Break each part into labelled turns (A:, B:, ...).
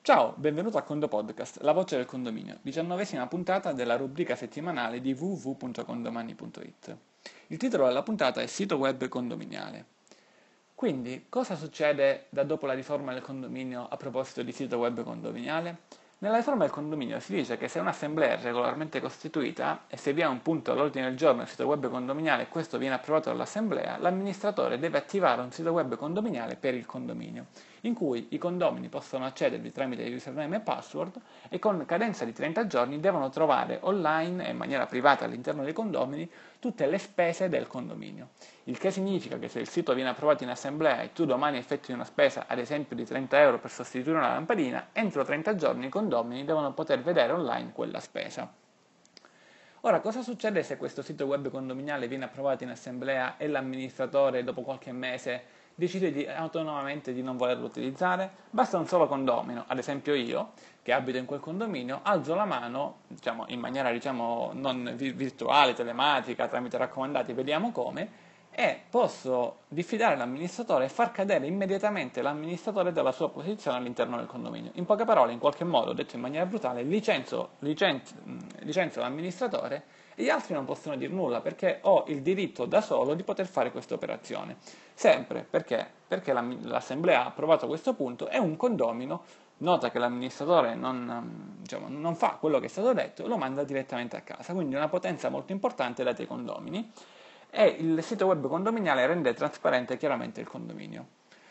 A: Ciao, benvenuto a Condo Podcast, la voce del condominio, 19ª puntata della rubrica settimanale di www.condomani.it. Il titolo della puntata è Sito web condominiale. Quindi, cosa succede da dopo la riforma del condominio a proposito di sito web condominiale? Nella riforma del condominio si dice che se un'assemblea è regolarmente costituita e se vi è un punto all'ordine del giorno del sito web condominiale e questo viene approvato dall'assemblea, l'amministratore deve attivare un sito web condominiale per il condominio, in cui i condomini possono accedervi tramite username e password e con cadenza di 30 giorni devono trovare online e in maniera privata all'interno dei condomini tutte le spese del condominio. Il che significa che se il sito viene approvato in assemblea e tu domani effettui una spesa, ad esempio di 30 euro per sostituire una lampadina, entro 30 giorni i condomini devono poter vedere online quella spesa. Ora, cosa succede se questo sito web condominiale viene approvato in assemblea e l'amministratore dopo qualche mese decide autonomamente di non volerlo utilizzare? Basta un solo condomino, ad esempio io, che abito in quel condominio, alzo la mano, in maniera non virtuale, telematica, tramite raccomandati, vediamo come, e posso diffidare l'amministratore e far cadere immediatamente l'amministratore dalla sua posizione all'interno del condominio. In poche parole, in qualche modo, detto in maniera brutale, licenzio l'amministratore e gli altri non possono dire nulla perché ho il diritto da solo di poter fare questa operazione. Sempre perché l'assemblea ha approvato questo punto e un condomino nota che l'amministratore non fa quello che è stato detto, lo manda direttamente a casa. Quindi una potenza molto importante data ai condomini e il sito web condominiale rende trasparente chiaramente il condominio.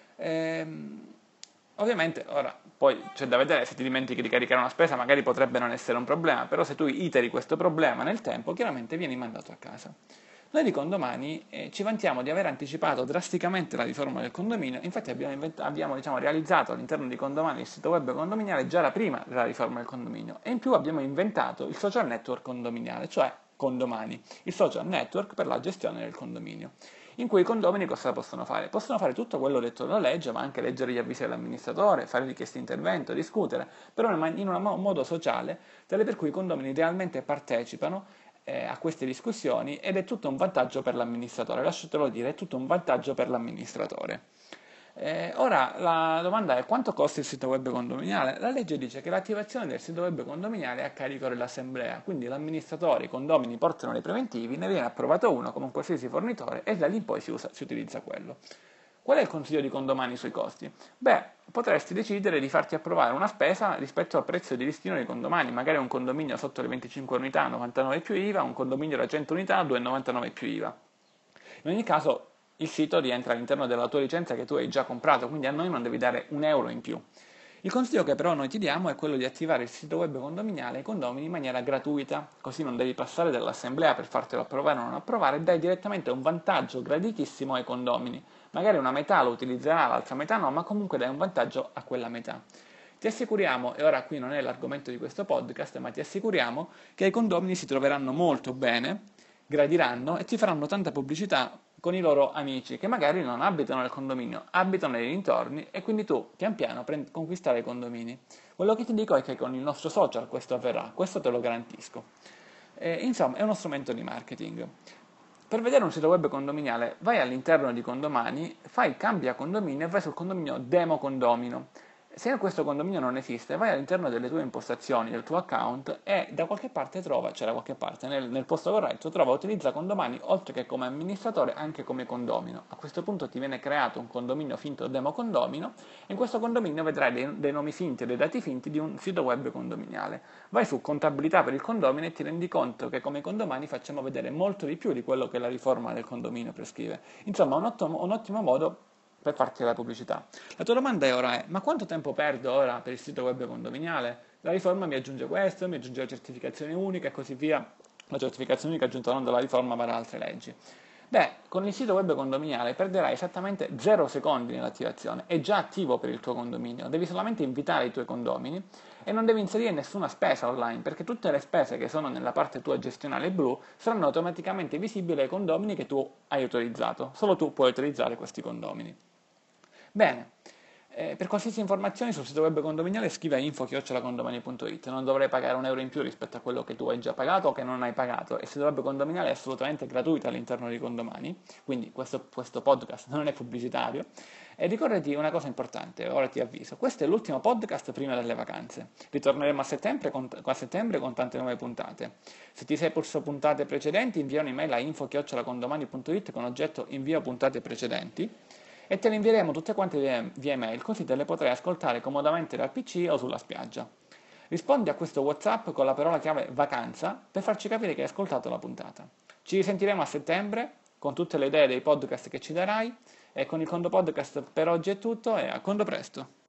A: Ovviamente ora poi c'è da vedere, se ti dimentichi di caricare una spesa magari potrebbe non essere un problema, però se tu iteri questo problema nel tempo chiaramente vieni mandato a casa. Noi di Condomani ci vantiamo di aver anticipato drasticamente la riforma del condominio, infatti abbiamo realizzato all'interno di Condomani il sito web condominiale già da prima della riforma del condominio e in più abbiamo inventato il social network condominiale, cioè Condomani, il social network per la gestione del condominio, in cui i condomini cosa possono fare? Possono fare tutto quello detto dalla legge, ma anche leggere gli avvisi dell'amministratore, fare richieste di intervento, discutere, però in un modo sociale, tale per cui i condomini realmente partecipano a queste discussioni ed è tutto un vantaggio per l'amministratore, lasciatelo dire, è tutto un vantaggio per l'amministratore. Ora la domanda è quanto costa il sito web condominiale? La legge dice che l'attivazione del sito web condominiale è a carico dell'assemblea, quindi l'amministratore, i condomini portano dei preventivi, ne viene approvato uno come un qualsiasi fornitore e da lì in poi si utilizza quello. Qual è il consiglio di Condomani sui costi? Beh, potresti decidere di farti approvare una spesa rispetto al prezzo di listino di Condomani, magari un condominio sotto le 25 unità, 99 più IVA, un condominio da 100 unità, 2,99 più IVA. In ogni caso il sito rientra all'interno della tua licenza che tu hai già comprato, quindi a noi non devi dare un euro in più. Il consiglio che però noi ti diamo è quello di attivare il sito web condominiale ai condomini in maniera gratuita, così non devi passare dall'assemblea per fartelo approvare o non approvare, e dai direttamente un vantaggio graditissimo ai condomini. Magari una metà lo utilizzerà, l'altra metà no, ma comunque dai un vantaggio a quella metà. Ti assicuriamo, e ora qui non è l'argomento di questo podcast, ma ti assicuriamo che i condomini si troveranno molto bene, gradiranno e ti faranno tanta pubblicità con i loro amici che magari non abitano nel condominio, abitano nei dintorni e quindi tu pian piano conquisterai i condomini. Quello che ti dico è che con il nostro social questo avverrà, questo te lo garantisco. Insomma, è uno strumento di marketing. Per vedere un sito web condominiale, vai all'interno di Condomani, fai cambia condominio e vai sul condominio Demo Condomino. Se questo condominio non esiste, vai all'interno delle tue impostazioni, del tuo account e da qualche parte trova, cioè da qualche parte, nel posto corretto, trova utilizza Condomani oltre che come amministratore anche come condomino. A questo punto ti viene creato un condominio finto Demo Condomino e in questo condominio vedrai dei nomi finti e dei dati finti di un sito web condominiale. Vai su contabilità per il condomino e ti rendi conto che come condomani facciamo vedere molto di più di quello che la riforma del condominio prescrive. Insomma, un ottimo modo per farti la pubblicità. La tua domanda è, ma quanto tempo perdo ora per il sito web condominiale? La riforma mi aggiunge questo, mi aggiunge la certificazione unica e così via. La certificazione unica aggiunta non dalla riforma ma da altre leggi. Beh, con il sito web condominiale perderai esattamente 0 secondi nell'attivazione, è già attivo per il tuo condominio, devi solamente invitare i tuoi condomini e non devi inserire nessuna spesa online perché tutte le spese che sono nella parte tua gestionale blu saranno automaticamente visibili ai condomini che tu hai autorizzato, solo tu puoi autorizzare questi condomini. Bene, per qualsiasi informazione sul sito web condominiale scrivi a info@condomani.it, non dovrai pagare un euro in più rispetto a quello che tu hai già pagato o che non hai pagato. Il sito web condominiale è assolutamente gratuito all'interno di Condomani, quindi questo podcast non è pubblicitario. E ricordati una cosa importante, ora ti avviso, questo è l'ultimo podcast prima delle vacanze. Ritorneremo a settembre con tante nuove puntate. Se ti sei perso puntate precedenti, invia un'email a info@condomani.it con oggetto invio puntate precedenti e te le invieremo tutte quante via email, così te le potrai ascoltare comodamente dal PC o sulla spiaggia. Rispondi a questo WhatsApp con la parola chiave vacanza per farci capire che hai ascoltato la puntata. Ci risentiremo a settembre con tutte le idee dei podcast che ci darai e con il Condo Podcast per oggi è tutto e a condo presto!